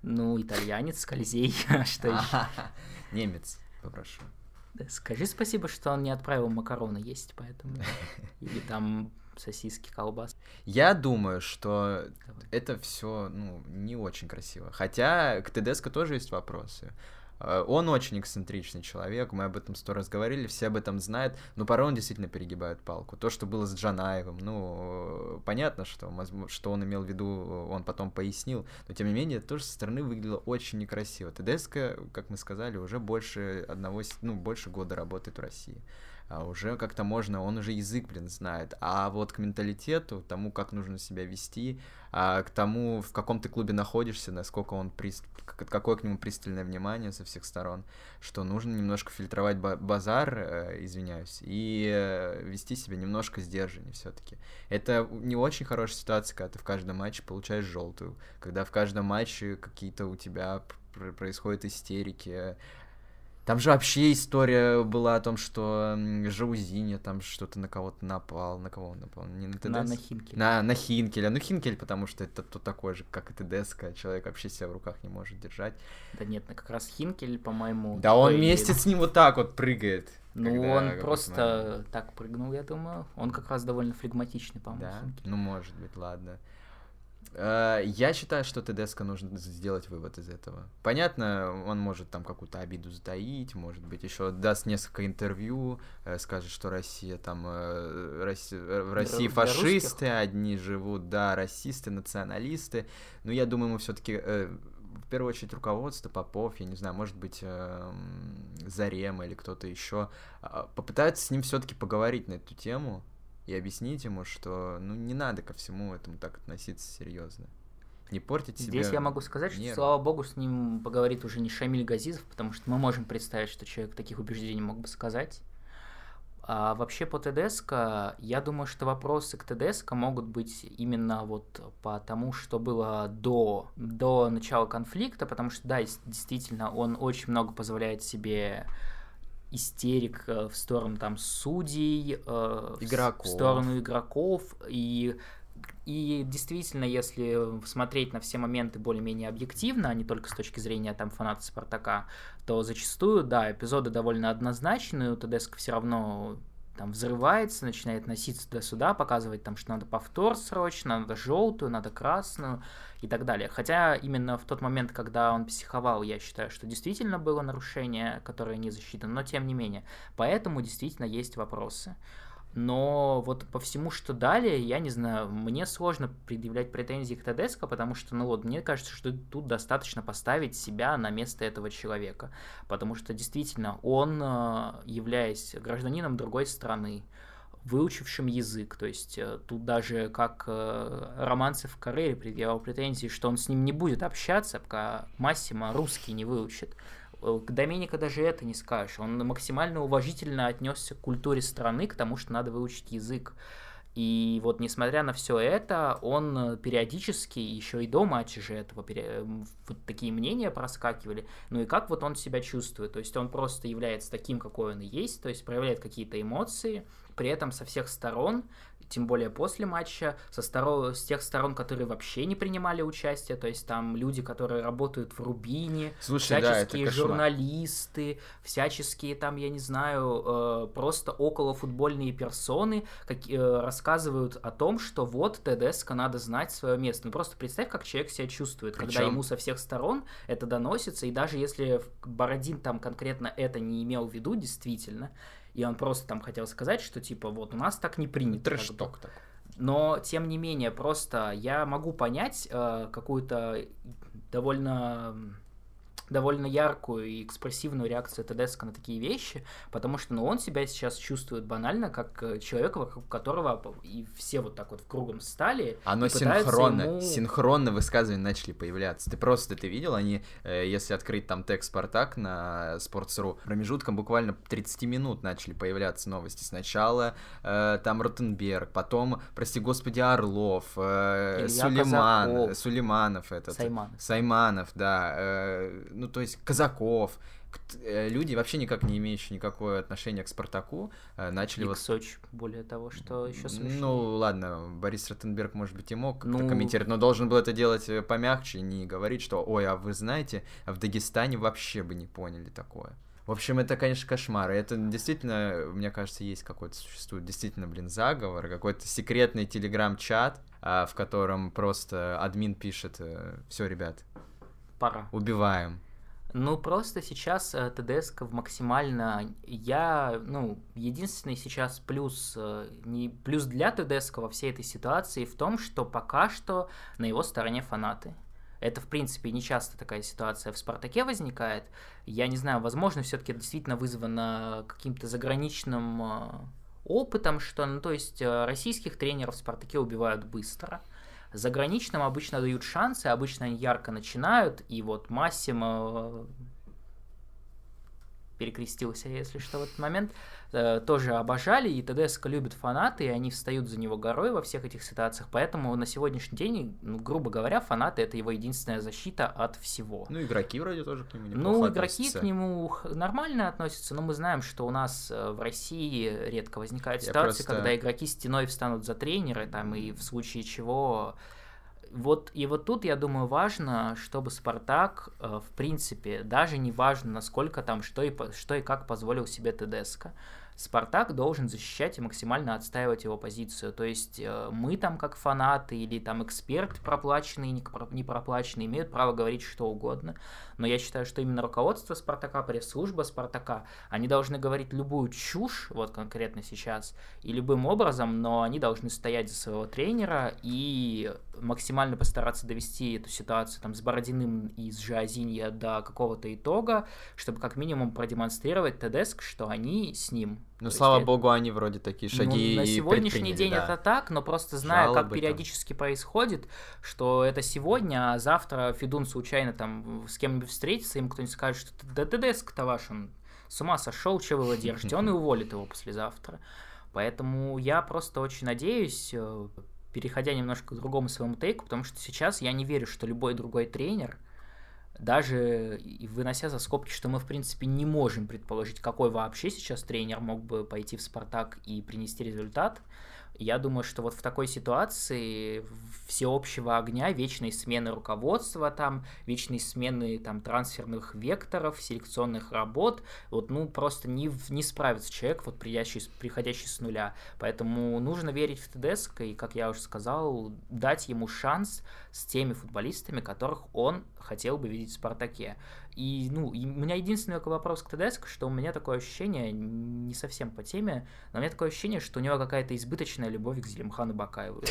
Ну, итальянец, Скользей, что еще? Немец, попрошу. Скажи спасибо, что он не отправил макароны есть, поэтому... Или там сосиски, колбас. Я думаю, что Давай. это все, ну, не очень красиво. Хотя к Тедеско тоже есть вопросы. Он очень эксцентричный человек, мы об этом сто раз говорили, все об этом знают, но порой он действительно перегибает палку. То, что было с Джанаевым, ну, понятно, что, что он имел в виду, он потом пояснил, но тем не менее, это тоже со стороны выглядело очень некрасиво. Тедеско, как мы сказали, уже больше одного, ну, больше года работает в России. А уже как-то можно, он уже язык, блин, знает. А вот к менталитету, тому, как нужно себя вести, а к тому, в каком ты клубе находишься, насколько он прист... какое к нему пристальное внимание со всех сторон, что нужно немножко фильтровать базар, э, извиняюсь, и э, вести себя немножко сдержаннее все-таки. Это не очень хорошая ситуация, когда ты в каждом матче получаешь желтую, когда в каждом матче какие-то у тебя происходят истерики. Там же вообще история была о том, что Жаузиня там что-то на кого-то напал. На кого он напал? Не на Тедеско? На, на Хинкеля. На, на Хинкеля. Ну, Хинкель, потому что это тот такой же, как и Тедеско. Человек вообще себя в руках не может держать. Да нет, ну как раз Хинкель, по-моему... Да он вместе с ним вот так вот прыгает. Ну, он просто момент. так прыгнул, я думаю. Он как раз довольно флегматичный, по-моему. Да? Хинкель. Ну, может быть, ладно. Я считаю, что Тедеско нужно сделать вывод из этого. Понятно, он может там какую-то обиду затаить, может быть, еще даст несколько интервью, скажет, что Россия там Россия, в России для, фашисты, для одни живут, да, расисты, националисты. Но я думаю, ему все-таки в первую очередь руководство, Попов, я не знаю, может быть, Зарема или кто-то еще попытаются с ним все-таки поговорить на эту тему. И объяснить ему, что ну не надо ко всему этому так относиться серьезно. Не портить себе. Здесь я могу сказать, нервы. Что, слава богу, с ним поговорит уже не Шамиль Газизов, потому что мы можем представить, что человек таких убеждений мог бы сказать. А вообще по Тедеско, я думаю, что вопросы к Тедеско могут быть именно вот по тому, что было до, до начала конфликта, потому что, да, действительно, он очень много позволяет себе истерик в сторону там судей, игроков. в сторону игроков, и, и действительно, если смотреть на все моменты более-менее объективно, а не только с точки зрения там фаната Спартака, то зачастую, да, эпизоды довольно однозначные, у Тедеско все равно там взрывается, начинает носиться туда-сюда, показывать там, что надо повтор срочно, надо желтую, надо красную и так далее. Хотя именно в тот момент, когда он психовал, я считаю, что действительно было нарушение, которое не засчитано, но тем не менее. Поэтому действительно есть вопросы. Но вот по всему, что далее, я не знаю, мне сложно предъявлять претензии к Тедеско, потому что, ну вот, мне кажется, что тут достаточно поставить себя на место этого человека, потому что действительно он, являясь гражданином другой страны, выучившим язык, то есть тут даже как Романцев в Карьере предъявлял претензии, что он с ним не будет общаться, пока Массимо русский не выучит. К Доменико даже это не скажешь. Он максимально уважительно отнесся к культуре страны, к тому, что надо выучить язык. И вот несмотря на все это, он периодически, еще и до матча же этого, вот такие мнения проскакивали, ну и как вот он себя чувствует. То есть он просто является таким, какой он и есть, то есть проявляет какие-то эмоции, при этом со всех сторон, тем более после матча, со сторон, с тех сторон, которые вообще не принимали участие, то есть там люди, которые работают в Рубине, Слушай, всяческие да, журналисты, всяческие там, я не знаю, э, просто околофутбольные персоны как, э, рассказывают о том, что вот Тедеско надо знать свое место. Ну просто представь, как человек себя чувствует, Причем? когда ему со всех сторон это доносится, и даже если Бородин там конкретно это не имел в виду, действительно, и он просто там хотел сказать, что типа вот у нас так не принято. Трэш-ток такой. Но, тем не менее, просто я могу понять э, какую-то довольно, довольно яркую и экспрессивную реакцию Тедеско на такие вещи, потому что ну, он себя сейчас чувствует банально как человек, вокруг которого и все вот так вот в кругом стали. Оно синхронно, ему... синхронно высказывания начали появляться. Ты просто это видел, они, э, если открыть там тег Спартак на Sports.ru, промежутком буквально тридцать минут начали появляться новости. Сначала э, там Ротенберг, потом, прости господи, Орлов, э, Сулейман, Сулейманов этот. Сайманов. Сайманов, да. Э, ну, то есть Казаков. люди, вообще никак не имеющие никакое отношение к «Спартаку», начали и вот... к Сочи, более того, что еще смешнее. Ну, ладно, Борис Ротенберг, может быть, и мог ну... как-то комментировать, но должен был это делать помягче, не говорить, что, ой, а вы знаете, в Дагестане вообще бы не поняли такое. В общем, это, конечно, кошмар. И это действительно, мне кажется, есть какой-то, существует действительно, блин, заговор, какой-то секретный телеграм-чат, в котором просто админ пишет: все, ребят, пора. Убиваем. Ну, просто сейчас э, ТДСК максимально... Я, ну, единственный сейчас плюс, э, не, плюс для ТДСК во всей этой ситуации в том, что пока что на его стороне фанаты. Это, в принципе, не часто такая ситуация в «Спартаке» возникает. Я не знаю, возможно, все-таки действительно вызвано каким-то заграничным э, опытом, что, ну, то есть э, российских тренеров в «Спартаке» убивают быстро. Заграничным обычно дают шансы, обычно они ярко начинают, и вот Массимо перекрестился, если что, в этот момент, э, тоже обожали, и ТДСК любят фанаты, и они встают за него горой во всех этих ситуациях, поэтому на сегодняшний день, ну, грубо говоря, фанаты — это его единственная защита от всего. Ну, игроки вроде тоже к нему неплохо Ну, относятся. игроки к нему нормально относятся, но мы знаем, что у нас в России редко возникают ситуации, просто... когда игроки стеной встанут за тренера, там, и в случае чего... Вот, и вот тут, я думаю, важно, чтобы «Спартак», в принципе, даже не важно, насколько там, что и, что и как позволил себе ТДСК, «Спартак» должен защищать и максимально отстаивать его позицию. То есть мы там, как фанаты или там эксперты, проплаченные, не проплаченные, имеют право говорить что угодно. Но я считаю, что именно руководство «Спартака», пресс-служба «Спартака», они должны говорить любую чушь, вот конкретно сейчас, и любым образом, но они должны стоять за своего тренера и максимально постараться довести эту ситуацию там с Бородиным и с Жиазиньо до какого-то итога, чтобы как минимум продемонстрировать ТДСК, что они с ним. Ну, слава это... богу, они вроде такие шаги ну, на сегодняшний день да. это так, но просто зная, Жалобы как периодически там происходит, что это сегодня, а завтра Федун случайно там с кем-нибудь встретится, ему кто-нибудь скажет, что да ТДСК-то ваш, он с ума сошел, чего вы его держите, он и уволит его послезавтра. Поэтому я просто очень надеюсь, переходя немножко к другому своему тейку, потому что сейчас я не верю, что любой другой тренер, даже вынося за скобки, что мы, в принципе, не можем предположить, какой вообще сейчас тренер мог бы пойти в «Спартак» и принести результат, я думаю, что вот в такой ситуации всеобщего огня, вечной смены руководства, там, вечной смены там, трансферных векторов, селекционных работ, вот, ну, просто не, не справится человек, вот, приходящий, приходящий с нуля. Поэтому нужно верить в ТДСК и, как я уже сказал, дать ему шанс с теми футболистами, которых он хотел бы видеть в «Спартаке». И, ну, и у меня единственный вопрос к ТДСК, что у меня такое ощущение, не совсем по теме, но у меня такое ощущение, что у него какая-то избыточная любовь к Зелимхану Бакаеву.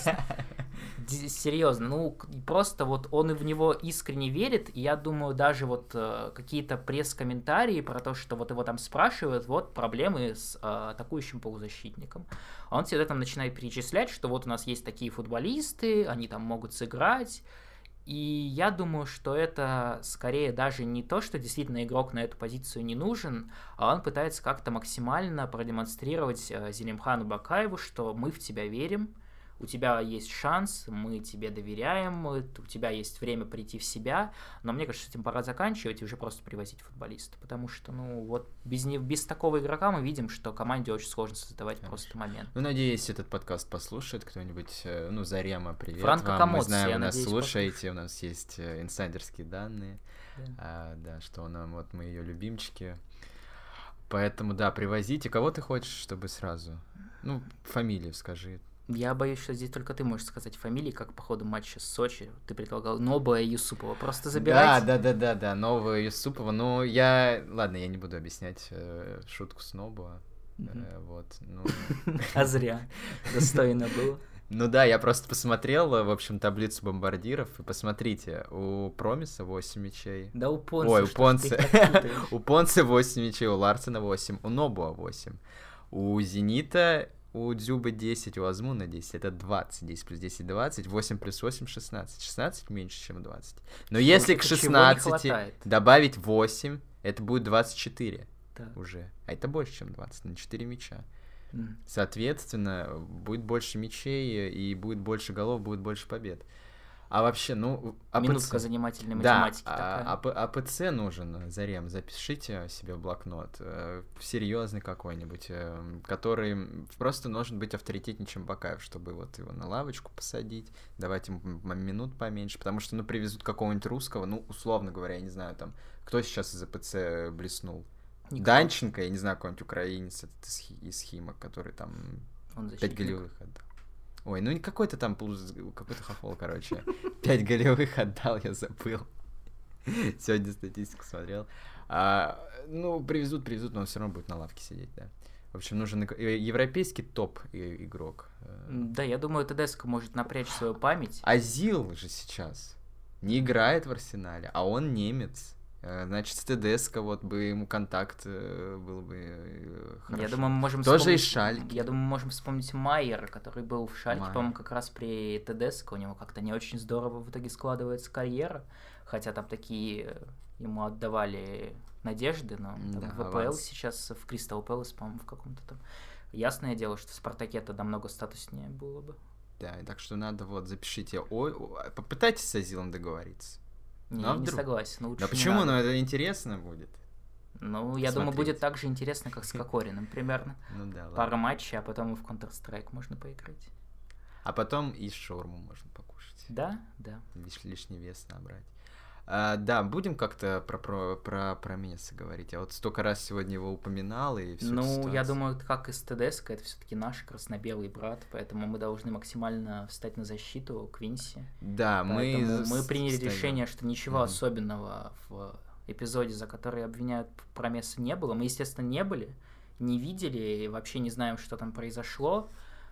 Серьезно, ну, просто вот он в него искренне верит, и я думаю, даже вот э, какие-то пресс-комментарии про то, что вот его там спрашивают, вот проблемы с э, атакующим полузащитником. Он всегда там начинает перечислять, что вот у нас есть такие футболисты, они там могут сыграть. И я думаю, что это скорее даже не то, что действительно игрок на эту позицию не нужен, а он пытается как-то максимально продемонстрировать Зелимхану Бакаеву, что мы в тебя верим, у тебя есть шанс, мы тебе доверяем, у тебя есть время прийти в себя, но мне кажется, с этим пора заканчивать и уже просто привозить футболиста, потому что, ну, вот без, не, без такого игрока мы видим, что команде очень сложно создавать Конечно. просто момент. Ну, надеюсь, этот подкаст послушает кто-нибудь, ну, Зарема, привет Франко вам, Комоци, мы знаем, вы нас надеюсь, слушаете, послушаю. У нас есть инсайдерские данные, да. А, да, что нам, вот мы ее любимчики, поэтому, да, привозите, кого ты хочешь, чтобы сразу, ну, фамилию скажи. Я боюсь, что здесь только ты можешь сказать фамилии, как по ходу матча с Сочи ты предлагал Нобо и Юсупова. Просто забирайте. Да, да, да, да, да, Нобо и Юсупова. Ну, я... Ладно, я не буду объяснять э, шутку с Нобо. Э, вот, ну... А зря. Достойно было. Ну да, я просто посмотрел, в общем, таблицу бомбардиров, и посмотрите, у Промиса восемь мячей. Да у Понса. Ой, у Понса. У Понса восемь мячей, у Ларсена восемь, у Нобо восемь. У Зенита... У Дзюбы десять, у Азмуна десять, это двадцать, десять плюс десять, двадцать, восемь плюс восемь, шестнадцать, шестнадцать меньше, чем двадцать. Но что, если к шестнадцати добавить восемь, это будет двадцать четыре да. уже, а это больше, чем двадцать, на четыре мяча. Mm. Соответственно, будет больше мячей, и будет больше голов, будет больше побед. А вообще, ну, АПЦ... Минутка занимательной Да, математики а, такая. а, АПЦ нужен, Зарем, запишите себе в блокнот, э, серьезный какой-нибудь, э, который просто должен быть авторитетнее, чем Бакаев, чтобы вот его на лавочку посадить, давать ему минут поменьше, потому что, ну, привезут какого-нибудь русского, ну, условно говоря, я не знаю, там, кто сейчас из АПЦ блеснул? Никто. Данченко, я не знаю, какой-нибудь украинец этот из, Хи- из Химок, который там пять голевых отдал. Ой, ну какой-то там какой-то хохол, короче. Пять голевых отдал, я забыл. Сегодня статистику смотрел. А, ну, привезут, привезут, но он все равно будет на лавке сидеть, да. В общем, нужен европейский топ-игрок. Да, я думаю, ТДСК может напрячь свою память. Азил же сейчас не играет в Арсенале, а он немец. Значит, с ТДСК вот бы ему контакт был бы хорошо. Я думаю, мы можем Тоже вспомнить... из Шальки. Я думаю, мы можем вспомнить Майера, который был в Шальке, Майер. по-моему, как раз при ТДСК. У него как-то не очень здорово в итоге складывается карьера. Хотя там такие ему отдавали надежды, но там, да, в АПЛ аванс. Сейчас в Кристал Пэлас, по-моему, в каком-то там. Ясное дело, что в Спартаке это намного статуснее было бы. Да, так что надо вот, запишите. Ой, ой, попытайтесь с Азилом договориться. Не, ну, а я не вдруг? согласен. Лучше да не почему? надо. Ну это интересно будет. Ну, я Посмотреть. думаю, будет так же интересно, как с Кокориным примерно. Ну да, ладно. Пара матчей, а потом и в Counter-Strike можно поиграть. А потом и шаурму можно покушать. Да, да. Лиш, лишний вес набрать. А, да, будем как-то про, про, про, про Месси говорить. Я вот столько раз сегодня его упоминал и всю Ну, ситуацию. я думаю, как и с ТДСК, это все-таки наш красно-белый брат, поэтому мы должны максимально встать на защиту Квинси. Да, поэтому мы... мы приняли встаем. решение, что ничего Мгм. особенного в эпизоде, за который обвиняют про Месси, не было. Мы, естественно, не были, не видели, вообще не знаем, что там произошло.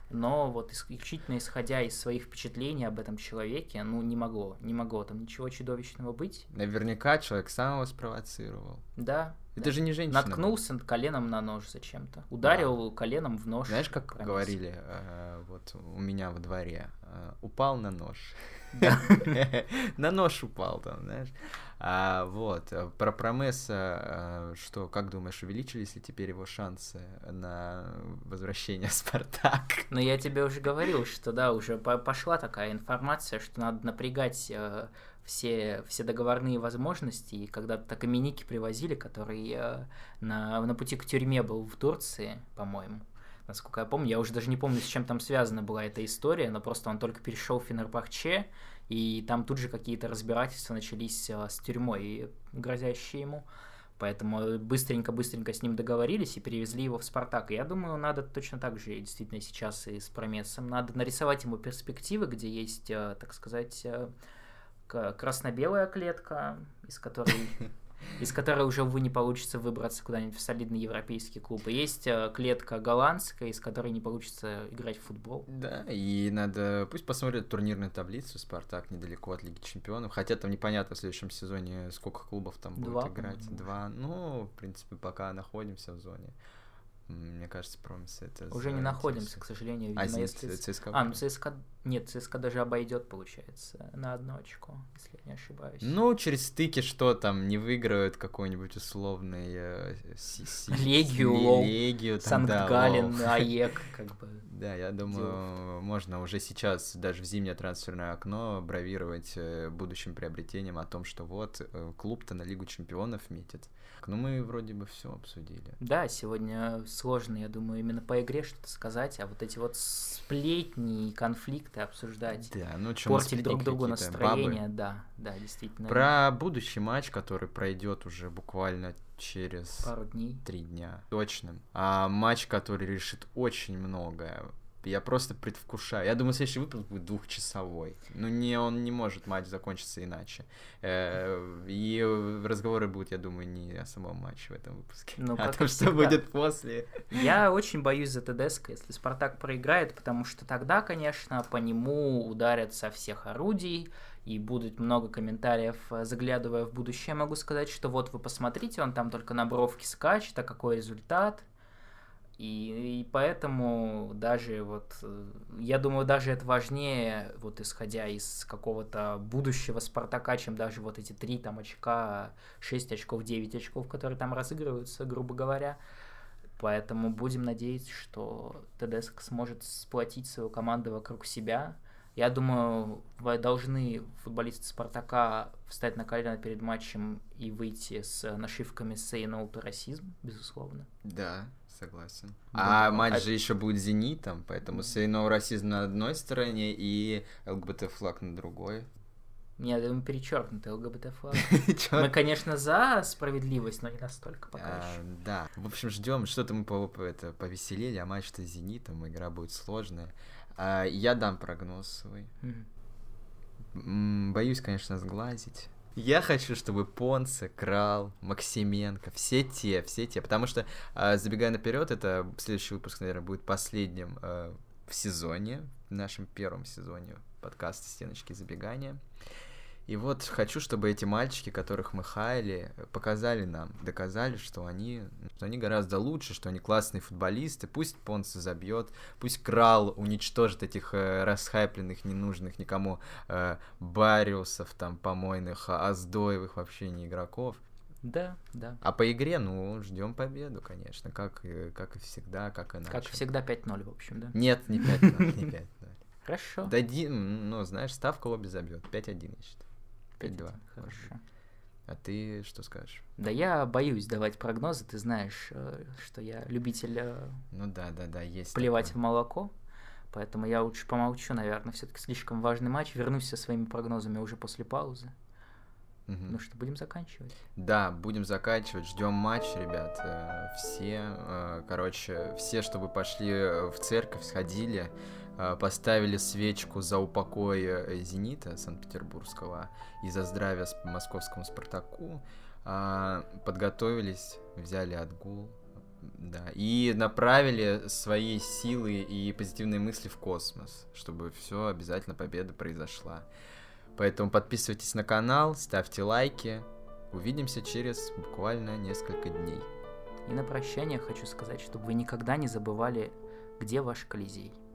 Но вот исключительно исходя из своих впечатлений об этом человеке, ну, не могло, не могло там ничего чудовищного быть. Наверняка человек сам его спровоцировал. Да. Это да. же не женщина. Наткнулся была. коленом на нож зачем-то. Ударил да. коленом в нож. Знаешь, как промес. говорили э, вот у меня во дворе? Э, упал на нож. На нож упал там, знаешь. А, вот, про Промеса, что, как думаешь, увеличились ли теперь его шансы на возвращение в Спартак? Ну, я тебе уже говорил, что, да, уже пошла такая информация, что надо напрягать э, все, все договорные возможности, и когда-то так Именики привозили, который э, на, на пути к тюрьме был в Турции, по-моему. Насколько я помню, я уже даже не помню, с чем там связана была эта история, но просто он только перешел в Фенербахче, и там тут же какие-то разбирательства начались а, с тюрьмой, грозящие ему. Поэтому быстренько-быстренько с ним договорились и перевезли его в Спартак. И я думаю, надо точно так же действительно сейчас и с Промесом. Надо нарисовать ему перспективы, где есть, а, так сказать, а, красно-белая клетка, из которой... из которой уже, увы, не получится выбраться куда-нибудь в солидный европейский клуб. И есть клетка голландская, из которой не получится играть в футбол. Да, и надо... Пусть посмотрят турнирную таблицу. Спартак недалеко от Лиги Чемпионов. Хотя там непонятно в следующем сезоне, сколько клубов там Два, будет играть. Два. Ну, в принципе, пока находимся в зоне. Мне кажется, Промес это... Уже не находимся, к сожалению. Видимо, а если... ЦСКА? А, ну ЦСКА... Нет, ЦСКА даже обойдет, получается, на одно очко, если я не ошибаюсь. Ну, через стыки что там, не выиграют какой-нибудь условный... Э, си- си- Легию, ли- лол. Легию, там, Санкт-Гален, да, АЕК, как бы. Да, я думаю, делов. Можно уже сейчас, даже в зимнее трансферное окно, бравировать э, будущим приобретением о том, что вот, э, клуб-то на Лигу Чемпионов метит. Ну, мы вроде бы все обсудили. Да, сегодня сложно, я думаю, именно по игре что-то сказать, а вот эти вот сплетни и конфликты обсуждать, да, ну, портить друг другу настроение, бабы. да, да, действительно. Про будущий матч, который пройдет уже буквально через пару дней. Три дня. Точно. А матч, который решит очень многое. Я просто предвкушаю. Я думаю, следующий выпуск будет двухчасовой. Ну, не, он не может матч закончиться иначе. И разговоры будут, я думаю, не о самом матче в этом выпуске, ну, а о том, что будет после. Я очень боюсь за ТДСК, если Спартак проиграет, потому что тогда, конечно, по нему ударят со всех орудий, и будет много комментариев, заглядывая в будущее, могу сказать, что вот вы посмотрите, он там только на бровке скачет, а какой результат. И, и поэтому даже вот, я думаю, даже это важнее, вот исходя из какого-то будущего Спартака, чем даже вот эти три там очка, шесть очков, девять очков, которые там разыгрываются, грубо говоря. Поэтому будем надеяться, что ТДСК сможет сплотить свою команду вокруг себя. Я думаю, вы должны футболисты Спартака встать на колено перед матчем и выйти с нашивками «Say no to расизм», безусловно. Да, согласен. Да, а матч а- же еще будет «Зенитом», поэтому «Say no расизм» на одной стороне и ЛГБТ-флаг на другой. Нет, мы перечеркнуты ЛГБТ-флаг. Чё? Мы, конечно, за справедливость, но не настолько пока А, еще. да. В общем, ждем. Что-то мы по, по- это, повеселели, а матч-то с «Зенитом», игра будет сложная. А, я дам прогноз свой. Мгм. М, Боюсь, конечно, сглазить. Я хочу, чтобы Понце, Крал, Максименко, все те, все те, потому что, а, забегая наперед, это следующий выпуск, наверное, будет последним а, в сезоне, в нашем первом сезоне подкаста «Стеночки забегания». И вот хочу, чтобы эти мальчики, которых мы хаяли, показали нам, доказали, что они, что они гораздо лучше, что они классные футболисты. Пусть Понце забьет, пусть Крал уничтожит этих э, расхайпленных, ненужных никому э, Бариусов, там, помойных, а, Аздоевых вообще не игроков. Да, да. А по игре, ну, ждем победу, конечно, как, и- как и всегда, как иначе. Как всегда пять ноль, в общем, да? Нет, не пять ноль, не пять ноль. Хорошо. Дадим, ну, знаешь, ставка обе забьет. пять один, я считаю. пять два. Хорошо. А ты что скажешь? Да я боюсь давать прогнозы, ты знаешь, э, что я любитель э, Ну да, да, да, есть. плевать в такое. молоко, поэтому я лучше помолчу, наверное, все-таки слишком важный матч, вернусь со своими прогнозами уже после паузы. Мгм. Ну что, будем заканчивать? Да, будем заканчивать, ждем матч, ребят. Э, Все, э, короче, все, чтобы пошли э, в церковь, сходили, э, поставили свечку за упокой э, «Зенита» Санкт-Петербургского и за здравие с- московскому «Спартаку», а, подготовились, взяли отгул, да, и направили свои силы и позитивные мысли в космос, чтобы все обязательно победа произошла. Поэтому подписывайтесь на канал, ставьте лайки. Увидимся через буквально несколько дней. И на прощание хочу сказать, чтобы вы никогда не забывали, где ваш Колизей.